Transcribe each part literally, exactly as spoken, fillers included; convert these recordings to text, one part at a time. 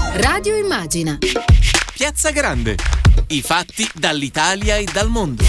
Radio Immagina. Piazza Grande. I fatti dall'Italia e dal mondo.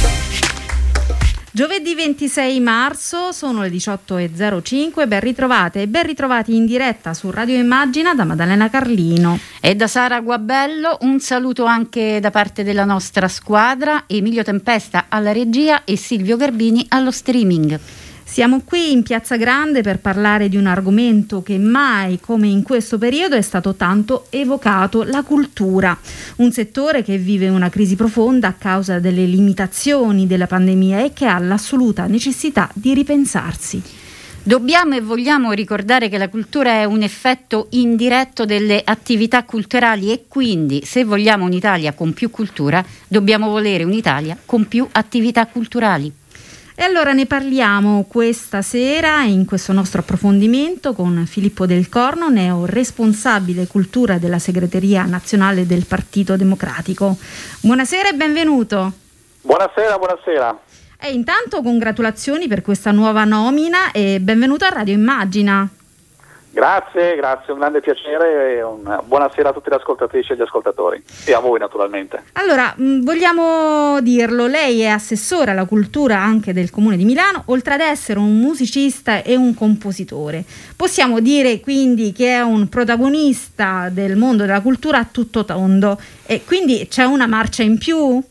Giovedì ventisei marzo, sono le diciotto e zero cinque, ben ritrovate e ben ritrovati in diretta su Radio Immagina da Maddalena Carlino. E da Sara Guabello un saluto anche da parte della nostra squadra, Emilio Tempesta alla regia e Silvio Garbini allo streaming. Siamo qui in Piazza Grande per parlare di un argomento che mai come in questo periodo è stato tanto evocato, la cultura, un settore che vive una crisi profonda a causa delle limitazioni della pandemia e che ha l'assoluta necessità di ripensarsi. Dobbiamo e vogliamo ricordare che la cultura è un effetto indiretto delle attività culturali e quindi se vogliamo un'Italia con più cultura dobbiamo volere un'Italia con più attività culturali. E allora ne parliamo questa sera in questo nostro approfondimento con Filippo Del Corno, neo responsabile cultura della segreteria nazionale del Partito Democratico. Buonasera e benvenuto. Buonasera, buonasera. E intanto congratulazioni per questa nuova nomina e benvenuto a Radio Immagina. Grazie, grazie, un grande piacere e una buonasera a tutte le ascoltatrici e gli ascoltatori e a voi naturalmente. Allora, mh, vogliamo dirlo, lei è assessore alla cultura anche del Comune di Milano, oltre ad essere un musicista e un compositore. Possiamo dire quindi che è un protagonista del mondo della cultura a tutto tondo e quindi c'è una marcia in più?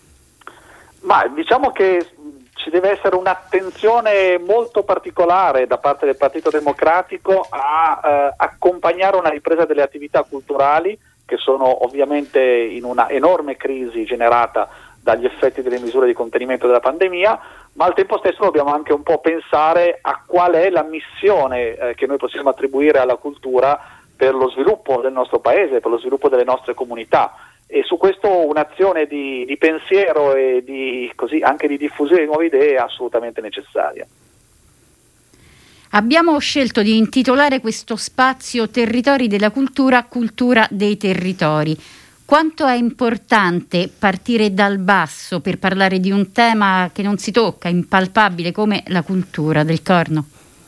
Ma diciamo che ci deve essere un'attenzione molto particolare da parte del Partito Democratico a eh, accompagnare una ripresa delle attività culturali che sono ovviamente in una enorme crisi generata dagli effetti delle misure di contenimento della pandemia, ma al tempo stesso dobbiamo anche un po' pensare a qual è la missione eh, che noi possiamo attribuire alla cultura per lo sviluppo del nostro paese, per lo sviluppo delle nostre comunità. E su questo un'azione di, di pensiero e di, così, anche di diffusione di nuove idee è assolutamente necessaria. Abbiamo scelto di intitolare questo spazio Territori della Cultura, Cultura dei Territori. Quanto è importante partire dal basso per parlare di un tema che non si tocca, impalpabile come la cultura, Del Corno?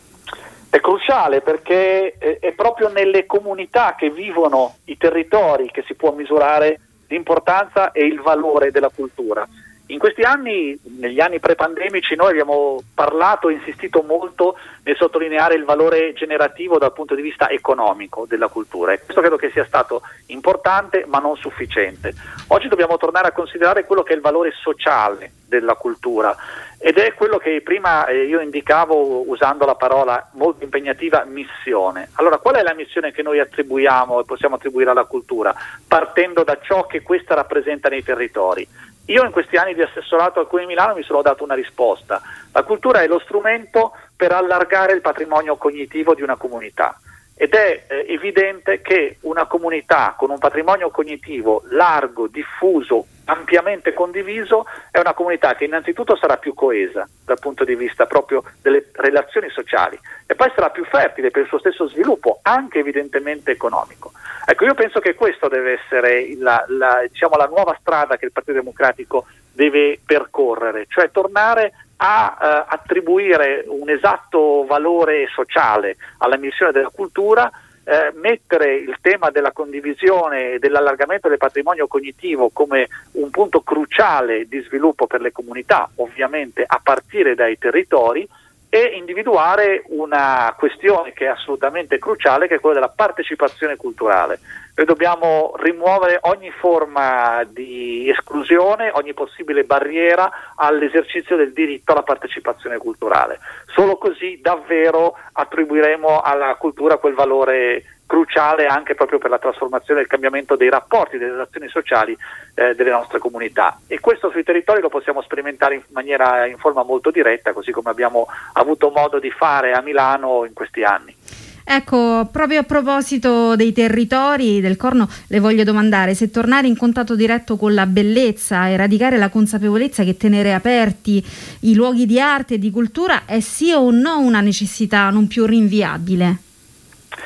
È cruciale perché è proprio nelle comunità che vivono i territori che si può misurare l'importanza e il valore della cultura. In questi anni, negli anni pre-pandemici, noi abbiamo parlato e insistito molto nel sottolineare il valore generativo dal punto di vista economico della cultura e questo credo che sia stato importante ma non sufficiente. Oggi dobbiamo tornare a considerare quello che è il valore sociale della cultura ed è quello che prima eh, io indicavo usando la parola molto impegnativa missione. Allora, qual è la missione che noi attribuiamo e possiamo attribuire alla cultura partendo da ciò che questa rappresenta nei territori? Io in questi anni di assessorato al Comune di Milano mi sono dato una risposta. La cultura è lo strumento per allargare il patrimonio cognitivo di una comunità ed è eh, evidente che una comunità con un patrimonio cognitivo largo, diffuso, ampiamente condiviso è una comunità che innanzitutto sarà più coesa dal punto di vista proprio delle relazioni sociali e poi sarà più fertile per il suo stesso sviluppo, anche evidentemente economico. Ecco, io penso che questo deve essere la, la, diciamo, la nuova strada che il Partito Democratico deve percorrere, cioè tornare a eh, attribuire un esatto valore sociale alla missione della cultura, eh, mettere il tema della condivisione e dell'allargamento del patrimonio cognitivo come un punto cruciale di sviluppo per le comunità, ovviamente a partire dai territori, e individuare una questione che è assolutamente cruciale, che è quella della partecipazione culturale. Noi dobbiamo rimuovere ogni forma di esclusione, ogni possibile barriera all'esercizio del diritto alla partecipazione culturale. Solo così davvero attribuiremo alla cultura quel valore cruciale anche proprio per la trasformazione e il cambiamento dei rapporti, delle relazioni sociali eh, delle nostre comunità, e questo sui territori lo possiamo sperimentare in maniera in forma molto diretta, così come abbiamo avuto modo di fare a Milano in questi anni. Ecco, proprio a proposito dei territori, Del Corno, le voglio domandare se tornare in contatto diretto con la bellezza e radicare la consapevolezza che tenere aperti i luoghi di arte e di cultura è sì o no una necessità non più rinviabile?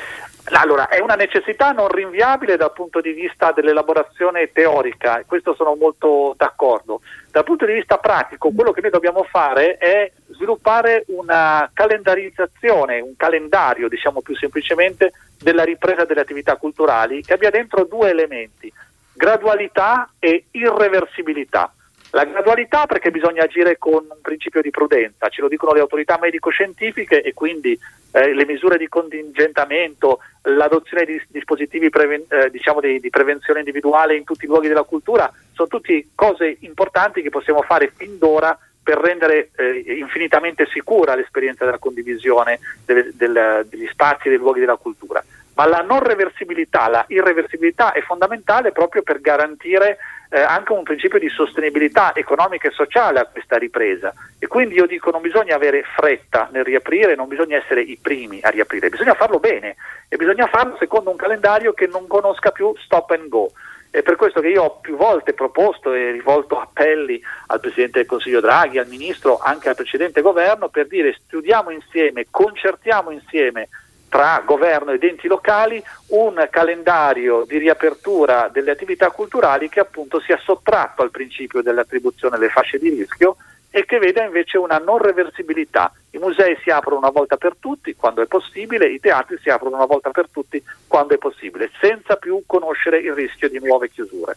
Allora, è una necessità non rinviabile dal punto di vista dell'elaborazione teorica, e questo sono molto d'accordo. Dal punto di vista pratico, quello che noi dobbiamo fare è sviluppare una calendarizzazione, un calendario, diciamo più semplicemente, della ripresa delle attività culturali che abbia dentro due elementi: gradualità e irreversibilità. La gradualità perché bisogna agire con un principio di prudenza, ce lo dicono le autorità medico-scientifiche, e quindi eh, le misure di contingentamento, l'adozione di dispositivi preven- eh, diciamo di, di prevenzione individuale in tutti i luoghi della cultura sono tutte cose importanti che possiamo fare fin d'ora per rendere eh, infinitamente sicura l'esperienza della condivisione delle, del, degli spazi e dei luoghi della cultura. Ma la non reversibilità, la irreversibilità è fondamentale proprio per garantire eh, anche un principio di sostenibilità economica e sociale a questa ripresa. E quindi io dico, non bisogna avere fretta nel riaprire, non bisogna essere i primi a riaprire, bisogna farlo bene e bisogna farlo secondo un calendario che non conosca più stop and go. È per questo che io ho più volte proposto e rivolto appelli al Presidente del Consiglio Draghi, al Ministro, anche al precedente governo, per dire: studiamo insieme, concertiamo insieme tra governo ed enti locali un calendario di riapertura delle attività culturali che appunto sia sottratto al principio dell'attribuzione delle fasce di rischio e che veda invece una non reversibilità. I musei si aprono una volta per tutti quando è possibile, i teatri si aprono una volta per tutti quando è possibile, senza più conoscere il rischio di nuove chiusure.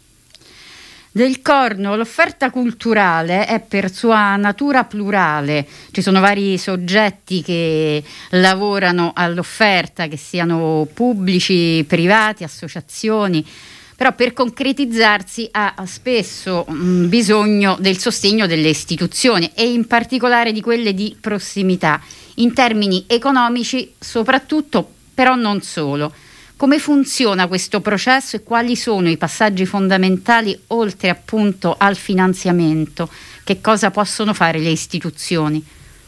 Del Corno l'offerta culturale è per sua natura plurale, ci sono vari soggetti che lavorano all'offerta, che siano pubblici, privati, associazioni, però per concretizzarsi ha spesso mh, bisogno del sostegno delle istituzioni e in particolare di quelle di prossimità, in termini economici soprattutto, però non solo. Come funziona questo processo e quali sono i passaggi fondamentali oltre appunto al finanziamento? Che cosa possono fare le istituzioni?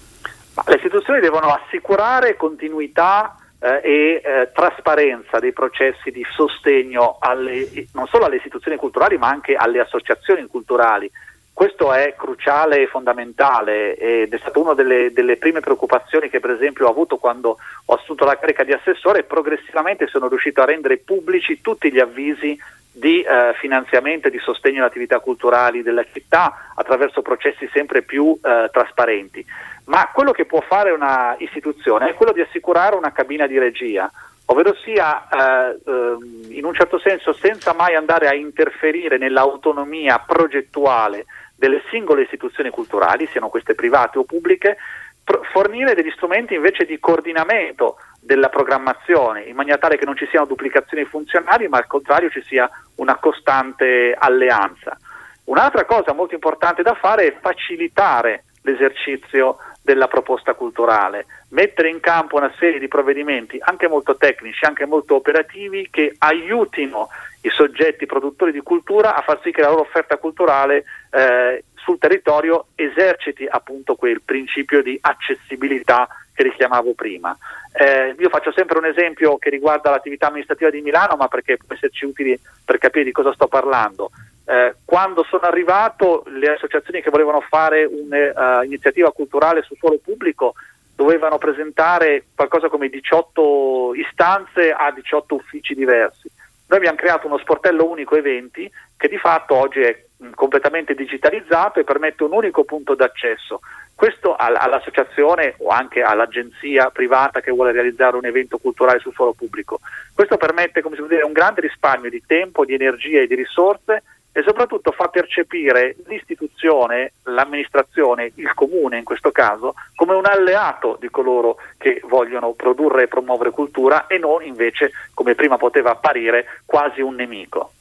Ma le istituzioni devono assicurare continuità eh, e eh, trasparenza dei processi di sostegno alle, non solo alle istituzioni culturali ma anche alle associazioni culturali. Questo è cruciale e fondamentale ed è stata una delle, delle prime preoccupazioni che per esempio ho avuto quando ho assunto la carica di assessore, e progressivamente sono riuscito a rendere pubblici tutti gli avvisi di eh, finanziamento e di sostegno alle attività culturali della città attraverso processi sempre più eh, trasparenti. Ma quello che può fare una istituzione è quello di assicurare una cabina di regia, ovvero sia eh, eh, in un certo senso senza mai andare a interferire nell'autonomia progettuale delle singole istituzioni culturali, siano queste private o pubbliche, pr- fornire degli strumenti invece di coordinamento della programmazione, in maniera tale che non ci siano duplicazioni funzionali, ma al contrario ci sia una costante alleanza. Un'altra cosa molto importante da fare è facilitare l'esercizio della proposta culturale, mettere in campo una serie di provvedimenti anche molto tecnici, anche molto operativi, che aiutino i soggetti produttori di cultura a far sì che la loro offerta culturale eh, sul territorio eserciti appunto quel principio di accessibilità che richiamavo prima. Eh, io faccio sempre un esempio che riguarda l'attività amministrativa di Milano, ma perché può esserci utili per capire di cosa sto parlando. Eh, quando sono arrivato, le associazioni che volevano fare un'iniziativa uh, culturale su suolo pubblico dovevano presentare qualcosa come diciotto istanze a diciotto uffici diversi. Noi abbiamo creato uno sportello unico eventi che di fatto oggi è mh, completamente digitalizzato e permette un unico punto d'accesso. Questo all- all'associazione o anche all'agenzia privata che vuole realizzare un evento culturale sul suolo pubblico. Questo permette, come si può dire, un grande risparmio di tempo, di energia e di risorse, e soprattutto fa percepire l'istituzione, l'amministrazione, il comune in questo caso, come un alleato di coloro che vogliono produrre e promuovere cultura e non invece, come prima poteva apparire, quasi un nemico.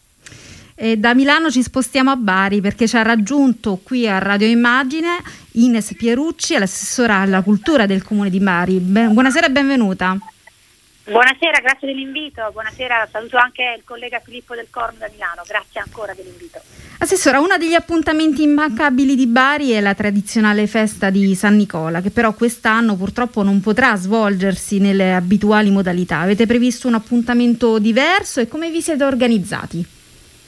E da Milano ci spostiamo a Bari perché ci ha raggiunto qui a Radio Immagine Ines Pierucci, l'assessora alla cultura del comune di Bari. Ben, buonasera e benvenuta. Buonasera, grazie dell'invito. Buonasera, saluto anche il collega Filippo del Corno da Milano, grazie ancora dell'invito. Assessora, uno degli appuntamenti immancabili di Bari è la tradizionale festa di San Nicola, che però quest'anno purtroppo non potrà svolgersi nelle abituali modalità. Avete previsto un appuntamento diverso e come vi siete organizzati?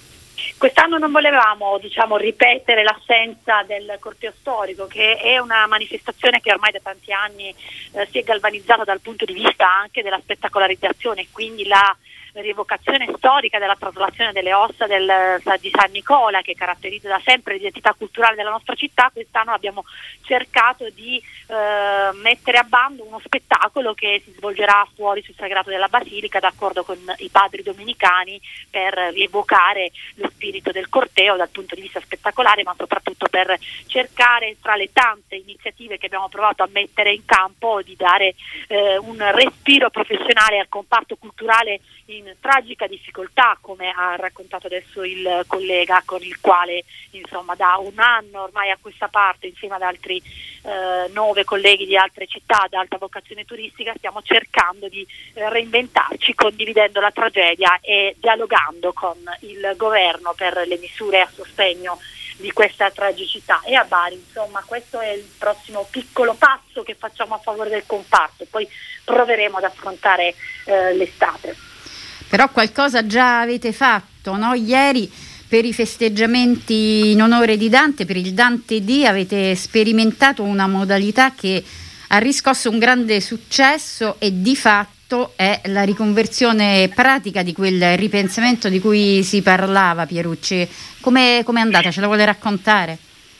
Quest'anno non volevamo, diciamo, ripetere l'assenza del corteo storico, che è una manifestazione che ormai da tanti anni eh, si è galvanizzata dal punto di vista anche della spettacolarizzazione, quindi la rievocazione storica della traslazione delle ossa del, di San Nicola, che caratterizza da sempre l'identità culturale della nostra città. Quest'anno abbiamo cercato di eh, mettere a bando uno spettacolo che si svolgerà fuori sul Sagrato della Basilica, d'accordo con i padri domenicani, per rievocare lo spirito del corteo dal punto di vista spettacolare, ma soprattutto per cercare, tra le tante iniziative che abbiamo provato a mettere in campo, di dare eh, un respiro professionale al comparto culturale in tragica difficoltà, come ha raccontato adesso il collega, con il quale insomma da un anno ormai a questa parte, insieme ad altri eh, nove colleghi di altre città ad alta vocazione turistica, stiamo cercando di eh, reinventarci, condividendo la tragedia e dialogando con il governo per le misure a sostegno di questa tragicità. E a Bari, insomma, questo è il prossimo piccolo passo che facciamo a favore del comparto, poi proveremo ad affrontare eh, l'estate. Però qualcosa già avete fatto, no? Ieri per i festeggiamenti in onore di Dante, per il Dante Day, avete sperimentato una modalità che ha riscosso un grande successo e di fatto è la riconversione pratica di quel ripensamento di cui si parlava, Pierucci. Come è andata? Ce la vuole raccontare?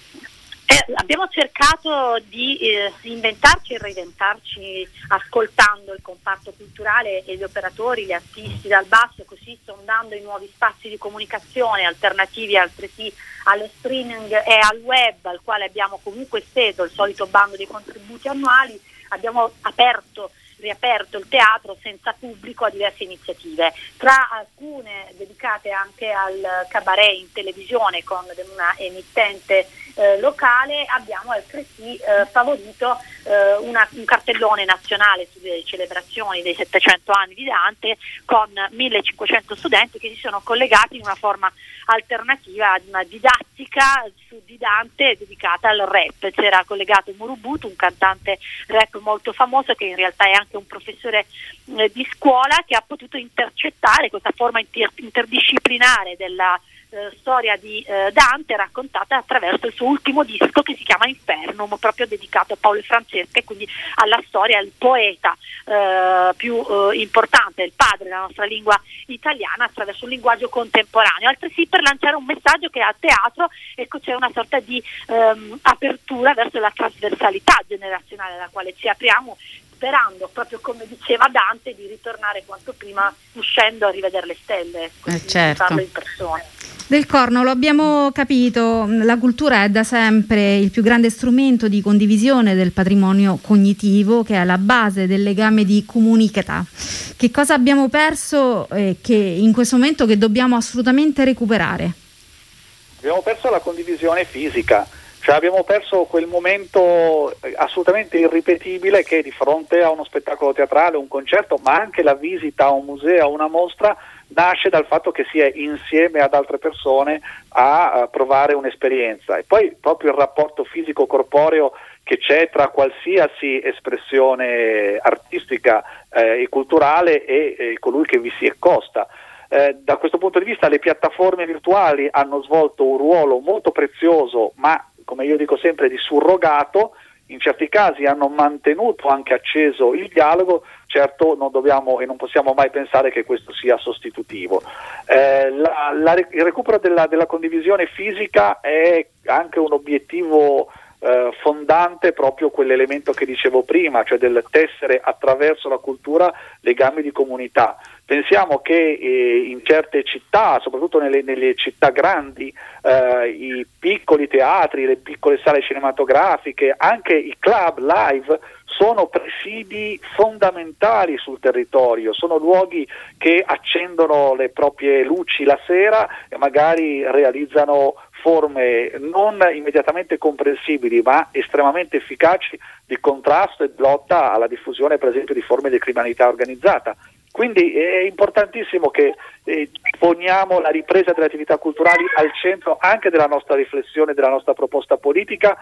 Eh, abbiamo cercato di eh, inventarci e reinventarci ascoltando il comparto culturale e gli operatori, gli artisti dal basso, così sondando i nuovi spazi di comunicazione alternativi altresì allo streaming e al web, al quale abbiamo comunque esteso il solito bando dei contributi annuali. Abbiamo aperto riaperto il teatro senza pubblico a diverse iniziative, tra alcune dedicate anche al cabaret in televisione con una emittente eh, locale. Abbiamo altresì eh, favorito eh, una, un cartellone nazionale sulle celebrazioni dei settecento anni di Dante con millecinquecento studenti che si sono collegati in una forma alternativa, una didattica su di Dante dedicata al rap. C'era collegato Murubutu, un cantante rap molto famoso che in realtà è anche un professore eh, di scuola, che ha potuto intercettare questa forma inter- interdisciplinare della eh, storia di eh, Dante raccontata attraverso il suo ultimo disco che si chiama Infernum, proprio dedicato a Paolo e Francesca e quindi alla storia, al poeta eh, più eh, importante, il padre della nostra lingua italiana, attraverso un linguaggio contemporaneo, altresì per lanciare un messaggio che a teatro, ecco, c'è una sorta di ehm, apertura verso la trasversalità generazionale alla quale ci apriamo, sperando, proprio come diceva Dante, di ritornare quanto prima uscendo a rivedere le stelle, eh certo. farlo in persona. Del Corno, lo abbiamo capito, la cultura è da sempre il più grande strumento di condivisione del patrimonio cognitivo, che è alla base del legame di comunicità. Che cosa abbiamo perso eh, che in questo momento che dobbiamo assolutamente recuperare? Abbiamo perso la condivisione fisica, cioè abbiamo perso quel momento assolutamente irripetibile che di fronte a uno spettacolo teatrale, un concerto, ma anche la visita a un museo, a una mostra, nasce dal fatto che si è insieme ad altre persone a, a provare un'esperienza. E poi proprio il rapporto fisico-corporeo che c'è tra qualsiasi espressione artistica eh, e culturale e, e colui che vi si accosta. Eh, da questo punto di vista le piattaforme virtuali hanno svolto un ruolo molto prezioso, ma come io dico sempre di surrogato. In certi casi hanno mantenuto anche acceso il dialogo, certo non dobbiamo e non possiamo mai pensare che questo sia sostitutivo. Eh, la, la, il recupero della, della condivisione fisica è anche un obiettivo eh, fondante, proprio quell'elemento che dicevo prima, cioè del tessere attraverso la cultura legami di comunità. Pensiamo che eh, in certe città, soprattutto nelle, nelle città grandi, eh, i piccoli teatri, le piccole sale cinematografiche, anche i club live sono presidi fondamentali sul territorio, sono luoghi che accendono le proprie luci la sera e magari realizzano forme non immediatamente comprensibili ma estremamente efficaci di contrasto e lotta alla diffusione per esempio di forme di criminalità organizzata. Quindi è importantissimo che eh, poniamo la ripresa delle attività culturali al centro anche della nostra riflessione, della nostra proposta politica,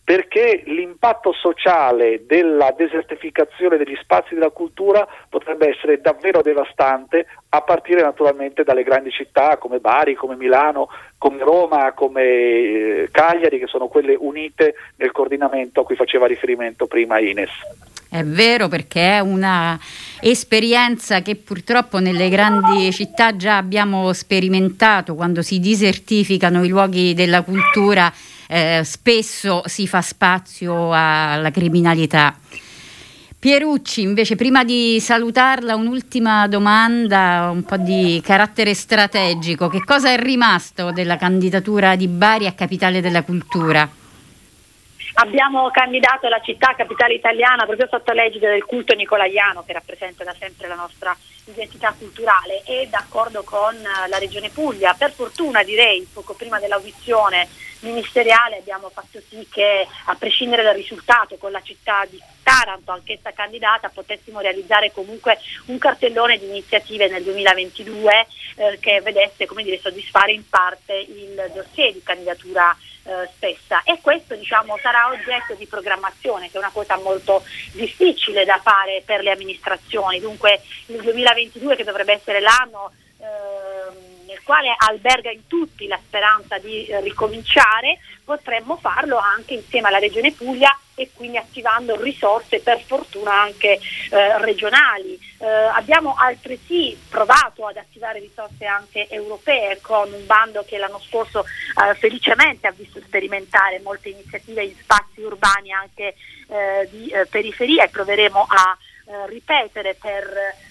perché l'impatto sociale della desertificazione degli spazi della cultura potrebbe essere davvero devastante, a partire naturalmente dalle grandi città come Bari, come Milano, come Roma, come eh, Cagliari, che sono quelle unite nel coordinamento a cui faceva riferimento prima Ines. È vero, perché è una esperienza che purtroppo nelle grandi città già abbiamo sperimentato. Quando si disertificano i luoghi della cultura, eh, spesso si fa spazio alla criminalità. Pierucci, invece, prima di salutarla, un'ultima domanda, un po' di carattere strategico. Che cosa è rimasto della candidatura di Bari a Capitale della Cultura? Abbiamo candidato la città capitale italiana proprio sotto l'egida del culto nicolaiano, che rappresenta da sempre la nostra identità culturale, e d'accordo con la Regione Puglia. Per fortuna, direi, poco prima dell'audizione ministeriale abbiamo fatto sì che, a prescindere dal risultato, con la città di Taranto, anch'essa candidata, potessimo realizzare comunque un cartellone di iniziative nel duemilaventidue eh, che vedesse, come dire, soddisfare in parte il dossier di candidatura eh, stessa, e questo, diciamo, sarà oggetto di programmazione, che è una cosa molto difficile da fare per le amministrazioni. Dunque il duemilaventidue, che dovrebbe essere l'anno eh, nel quale alberga in tutti la speranza di eh, ricominciare, potremmo farlo anche insieme alla Regione Puglia, e quindi attivando risorse, per fortuna anche eh, regionali. Eh, abbiamo altresì provato ad attivare risorse anche europee, con un bando che l'anno scorso eh, felicemente ha visto sperimentare molte iniziative in spazi urbani anche eh, di eh, periferia, e proveremo a eh, ripetere per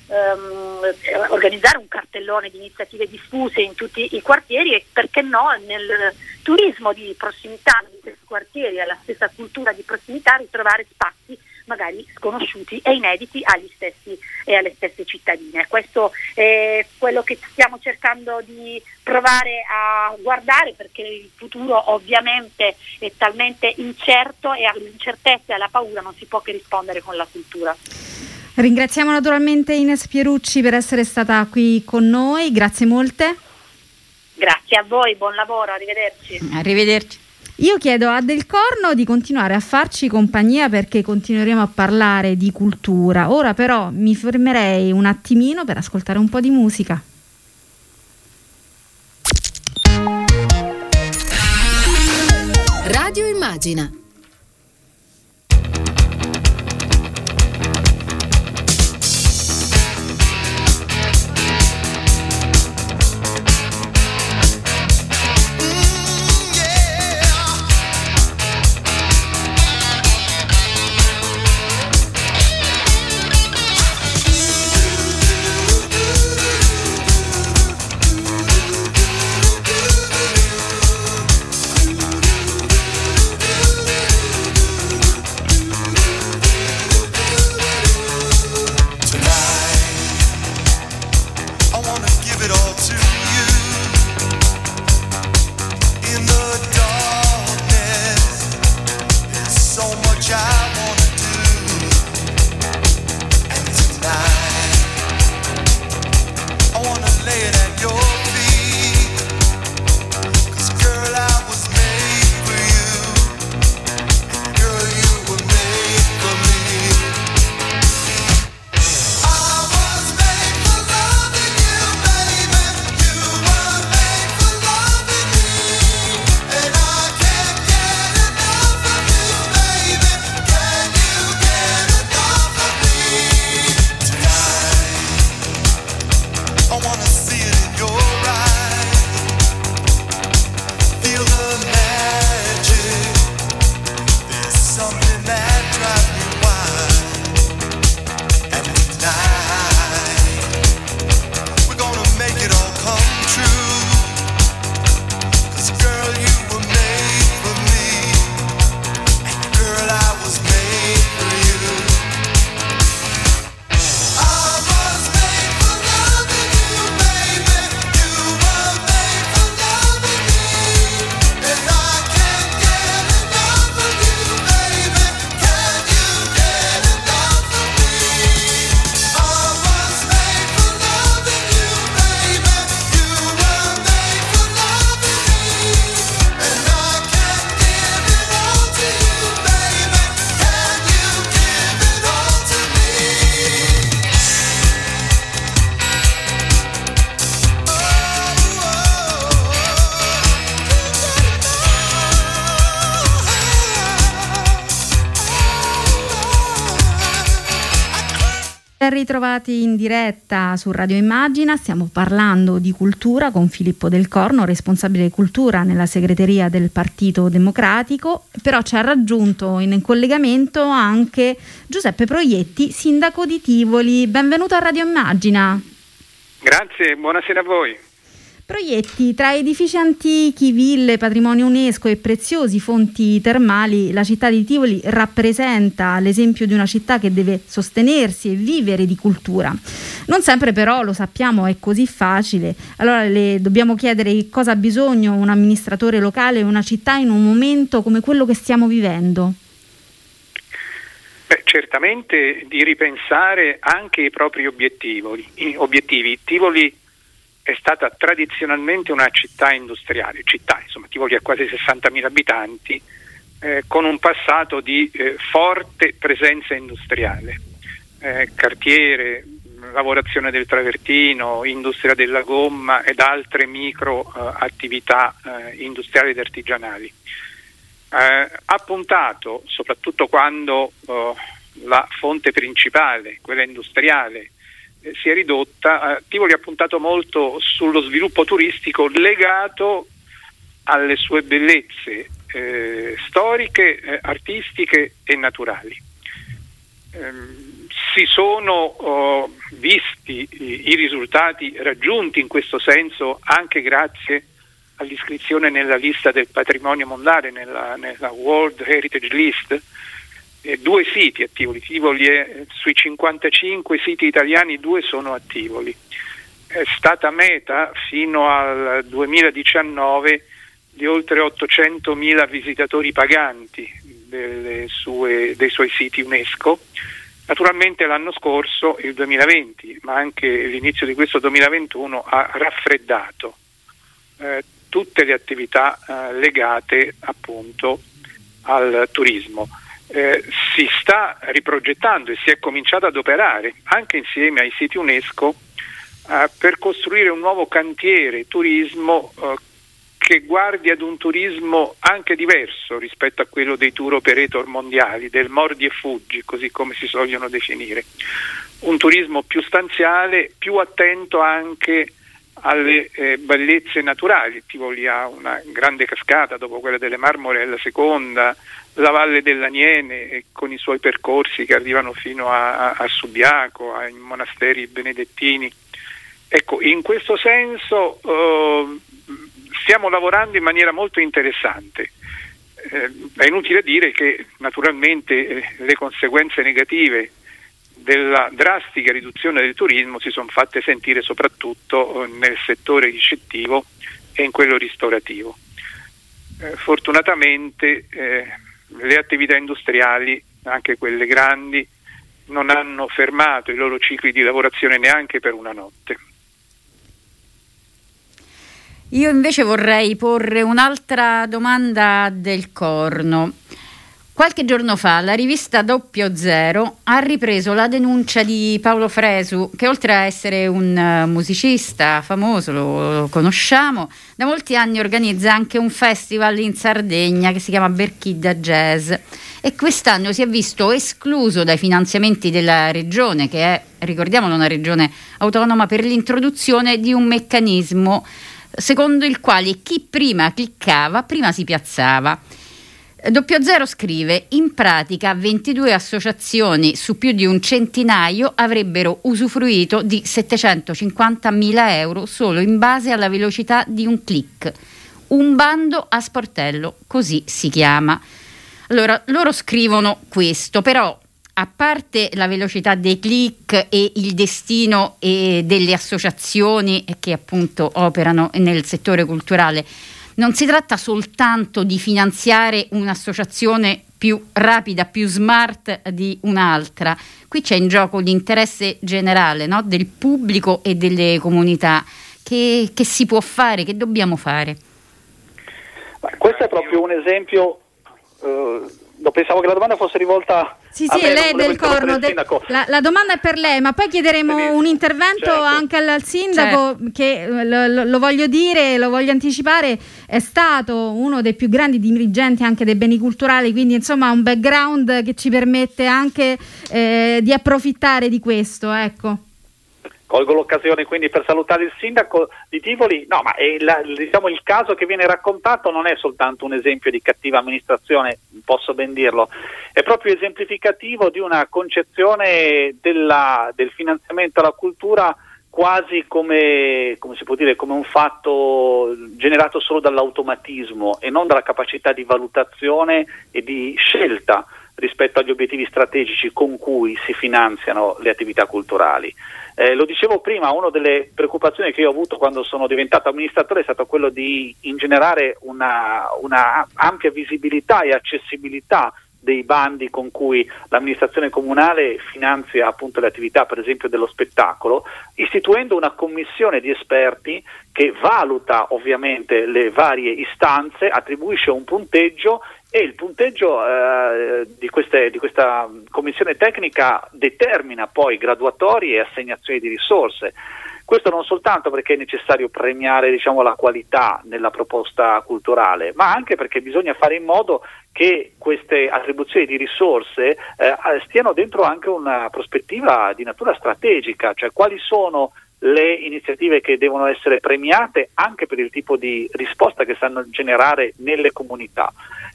ehm, organizzare un cartellone di iniziative diffuse in tutti i quartieri, e perché no nel turismo di prossimità di questi quartieri, alla stessa cultura di prossimità, ritrovare spazi magari sconosciuti e inediti agli stessi e alle stesse cittadine. Questo è quello che stiamo cercando di provare a guardare, perché il futuro ovviamente è talmente incerto, e all'incertezza e alla paura non si può che rispondere con la cultura. Ringraziamo naturalmente Ines Pierucci per essere stata qui con noi, grazie molte. Grazie a voi, buon lavoro, arrivederci. Arrivederci. Io chiedo a Del Corno di continuare a farci compagnia, perché continueremo a parlare di cultura. Ora però mi fermerei un attimino per ascoltare un po' di musica. Radio Immagina. Do Ben ritrovati in diretta su Radio Immagina, stiamo parlando di cultura con Filippo Del Corno, responsabile cultura nella segreteria del Partito Democratico, però ci ha raggiunto in collegamento anche Giuseppe Proietti, sindaco di Tivoli. Benvenuto a Radio Immagina. Grazie, buonasera a voi. Proietti, tra edifici antichi, ville, patrimonio UNESCO e preziosi fonti termali, la città di Tivoli rappresenta l'esempio di una città che deve sostenersi e vivere di cultura. Non sempre però, lo sappiamo, è così facile. Allora le dobbiamo chiedere cosa ha bisogno un amministratore locale e una città in un momento come quello che stiamo vivendo. Beh, certamente di ripensare anche i propri obiettivi. I obiettivi. Tivoli è stata tradizionalmente una città industriale, città, insomma, Tivoli ha quasi sessantamila abitanti, eh, con un passato di eh, forte presenza industriale, eh, cartiere, lavorazione del travertino, industria della gomma ed altre micro eh, attività eh, industriali ed artigianali. Eh, ha puntato, soprattutto quando eh, la fonte principale, quella industriale, si è ridotta, eh, Tivoli ha puntato molto sullo sviluppo turistico legato alle sue bellezze eh, storiche, eh, artistiche e naturali. Eh, si sono oh, visti i, i risultati raggiunti in questo senso anche grazie all'iscrizione nella lista del patrimonio mondiale, nella, nella World Heritage List. Eh, due siti a Tivoli, Tivoli è, sui cinquantacinque siti italiani due sono a Tivoli. È stata meta fino al duemiladiciannove di oltre ottocentomila visitatori paganti delle sue, dei suoi siti UNESCO. Naturalmente l'anno scorso, il duemilaventi, ma anche l'inizio di questo duemilaventuno, ha raffreddato eh, tutte le attività eh, legate appunto al turismo. Eh, si sta riprogettando e si è cominciato ad operare anche insieme ai siti UNESCO eh, per costruire un nuovo cantiere turismo eh, che guardi ad un turismo anche diverso rispetto a quello dei tour operator mondiali, del mordi e fuggi, così come si sogliono definire. Un turismo più stanziale, più attento anche alle eh, bellezze naturali. Tivoli ha una grande cascata, dopo quella delle Marmore è la seconda, la Valle dell'Aniene eh, con i suoi percorsi che arrivano fino a, a, a Subiaco, ai monasteri benedettini. Ecco, in questo senso eh, stiamo lavorando in maniera molto interessante. Eh, è inutile dire che naturalmente eh, le conseguenze negative della drastica riduzione del turismo si sono fatte sentire soprattutto nel settore ricettivo e in quello ristorativo. Eh, fortunatamente eh, le attività industriali, anche quelle grandi, non hanno fermato i loro cicli di lavorazione neanche per una notte. Io invece vorrei porre un'altra domanda a Del Corno. Qualche giorno fa la rivista Doppio Zero ha ripreso la denuncia di Paolo Fresu, che oltre a essere un uh, musicista famoso, lo, lo conosciamo, da molti anni organizza anche un festival in Sardegna che si chiama Berchidda Jazz, e quest'anno si è visto escluso dai finanziamenti della regione, che è, ricordiamolo, una regione autonoma, per l'introduzione di un meccanismo secondo il quale chi prima cliccava prima si piazzava. Doppio Zero scrive: in pratica ventidue associazioni su più di un centinaio avrebbero usufruito di settecentocinquantamila euro solo in base alla velocità di un click. Un bando a sportello, così si chiama. Allora, loro scrivono questo, però a parte la velocità dei click e il destino e delle associazioni che appunto operano nel settore culturale, non si tratta soltanto di finanziare un'associazione più rapida, più smart di un'altra. Qui c'è in gioco l'interesse generale, no? Del pubblico e delle comunità. Che, che si può fare, che dobbiamo fare? Ma questo è proprio un esempio, eh, pensavo che la domanda fosse rivolta Sì, sì, lei del Corno. De- la, la domanda è per lei, ma poi chiederemo Benissimo. un intervento certo. anche al, al sindaco, certo. che lo, lo voglio dire, lo voglio anticipare, è stato uno dei più grandi dirigenti anche dei beni culturali, quindi insomma ha un background che ci permette anche eh, di approfittare di questo, ecco. Colgo l'occasione quindi per salutare il sindaco di Tivoli. No, ma è la, diciamo, il caso che viene raccontato non è soltanto un esempio di cattiva amministrazione, posso ben dirlo, è proprio esemplificativo di una concezione della, del finanziamento alla cultura quasi come, come si può dire, come un fatto generato solo dall'automatismo e non dalla capacità di valutazione e di scelta rispetto agli obiettivi strategici con cui si finanziano le attività culturali. Eh, lo dicevo prima, una delle preoccupazioni che io ho avuto quando sono diventato amministratore è stato quello di ingenerare una, una ampia visibilità e accessibilità dei bandi con cui l'amministrazione comunale finanzia appunto le attività, per esempio dello spettacolo, istituendo una commissione di esperti che valuta ovviamente le varie istanze, attribuisce un punteggio e il punteggio eh, di, queste, di questa commissione tecnica determina poi graduatorie e assegnazioni di risorse. Questo non soltanto perché è necessario premiare, diciamo, la qualità nella proposta culturale, ma anche perché bisogna fare in modo che queste attribuzioni di risorse eh, stiano dentro anche una prospettiva di natura strategica, cioè quali sono le iniziative che devono essere premiate anche per il tipo di risposta che sanno generare nelle comunità.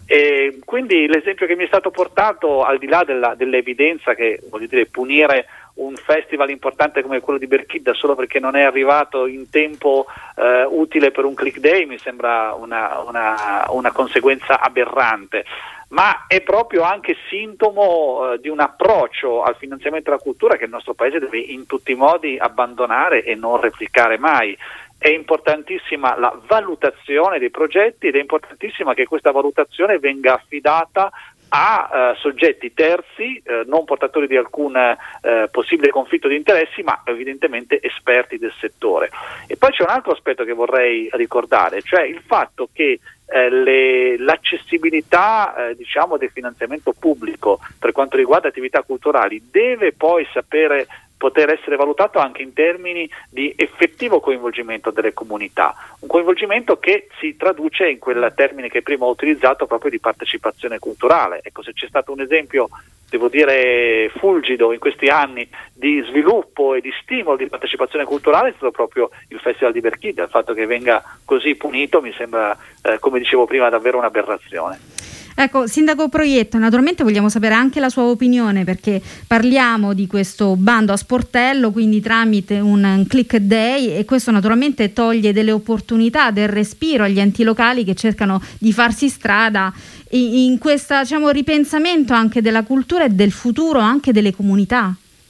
E quindi l'esempio che mi è stato portato, al di là della, dell'evidenza che, voglio dire, punire un festival importante come quello di Berchidda solo perché non è arrivato in tempo eh, utile per un click day mi sembra una, una, una conseguenza aberrante, ma è proprio anche sintomo eh, di un approccio al finanziamento della cultura che il nostro Paese deve in tutti i modi abbandonare e non replicare mai. È importantissima la valutazione dei progetti ed è importantissima che questa valutazione venga affidata a eh, soggetti terzi, eh, non portatori di alcun eh, possibile conflitto di interessi, ma evidentemente esperti del settore. E poi c'è un altro aspetto che vorrei ricordare, cioè il fatto che eh, le, l'accessibilità eh, diciamo del finanziamento pubblico per quanto riguarda attività culturali deve poi sapere poter essere valutato anche in termini di effettivo coinvolgimento delle comunità, un coinvolgimento che si traduce in quel termine che prima ho utilizzato proprio di partecipazione culturale. Ecco, se c'è stato un esempio, devo dire, fulgido in questi anni di sviluppo e di stimolo di partecipazione culturale è stato proprio il Festival di Berchidda. Il fatto che venga così punito mi sembra, eh, come dicevo prima, davvero un'aberrazione. Ecco, Sindaco Proietto, naturalmente vogliamo sapere anche la sua opinione, perché parliamo di questo bando a sportello, quindi tramite un click day, e questo naturalmente toglie delle opportunità, del respiro agli enti locali che cercano di farsi strada in questo, diciamo, ripensamento anche della cultura e del futuro anche delle comunità.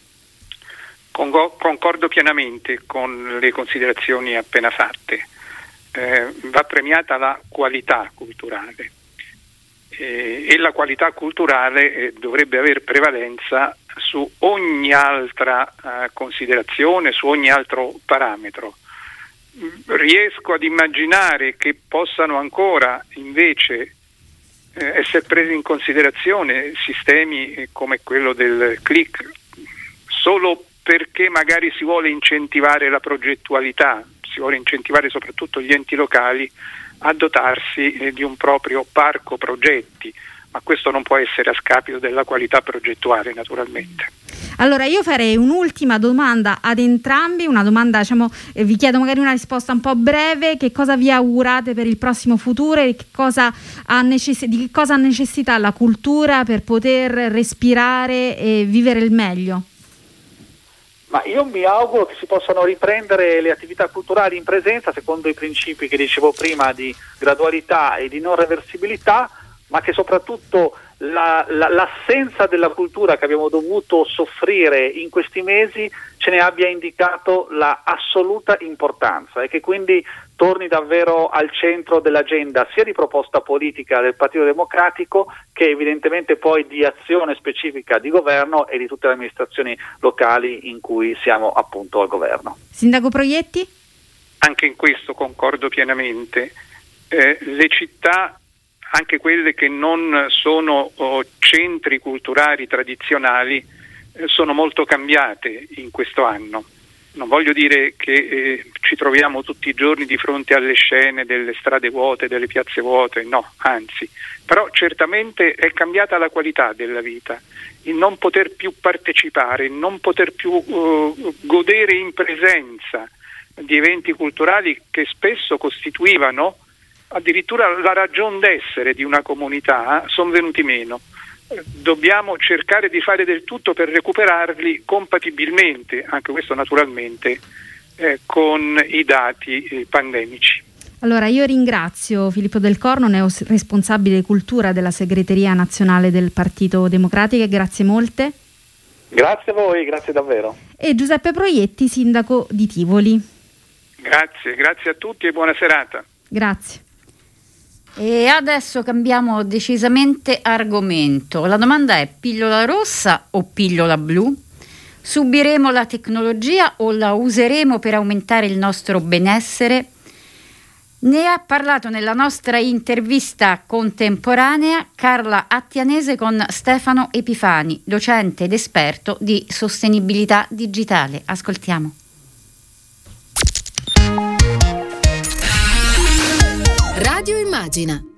Concordo pienamente con le considerazioni appena fatte. Eh, va premiata la qualità culturale. E la qualità culturale eh, dovrebbe avere prevalenza su ogni altra eh, considerazione, su ogni altro parametro. Riesco ad immaginare che possano ancora invece eh, essere presi in considerazione sistemi eh, come quello del click, solo perché magari si vuole incentivare la progettualità, si vuole incentivare soprattutto gli enti locali a dotarsi eh, di un proprio parco progetti, ma questo non può essere a scapito della qualità progettuale, naturalmente. Allora io farei un'ultima domanda ad entrambi, una domanda, diciamo, eh, vi chiedo magari una risposta un po' breve: che cosa vi augurate per il prossimo futuro e che cosa ha necess- di che cosa ha necessità la cultura per poter respirare e vivere il meglio? Ma io mi auguro che si possano riprendere le attività culturali in presenza secondo i principi che dicevo prima di gradualità e di non reversibilità, ma che soprattutto la, la, l'assenza della cultura che abbiamo dovuto soffrire in questi mesi ce ne abbia indicato la assoluta importanza e che quindi torni davvero al centro dell'agenda sia di proposta politica del Partito Democratico che evidentemente poi di azione specifica di governo e di tutte le amministrazioni locali in cui siamo appunto al governo. Sindaco Proietti? Anche in questo concordo pienamente. Eh, le città anche quelle che non sono oh, centri culturali tradizionali, eh, sono molto cambiate in questo anno. Non voglio dire che eh, ci troviamo tutti i giorni di fronte alle scene delle strade vuote, delle piazze vuote, no, anzi, però certamente è cambiata la qualità della vita, il non poter più partecipare, il non poter più uh, godere in presenza di eventi culturali che spesso costituivano addirittura la ragion d'essere di una comunità, sono venuti meno. Dobbiamo cercare di fare del tutto per recuperarli compatibilmente, anche questo naturalmente, eh, con i dati eh, pandemici. Allora io ringrazio Filippo Del Corno, neo responsabile cultura della segreteria nazionale del Partito Democratico, grazie molte. Grazie a voi, grazie davvero. E Giuseppe Proietti, sindaco di Tivoli. Grazie, grazie a tutti e buona serata. Grazie. E adesso cambiamo decisamente argomento. La domanda è: pillola rossa o pillola blu? Subiremo la tecnologia o la useremo per aumentare il nostro benessere? Ne ha parlato nella nostra intervista contemporanea Carla Attianese con Stefano Epifani, docente ed esperto di sostenibilità digitale. Ascoltiamo. Radio Immagina.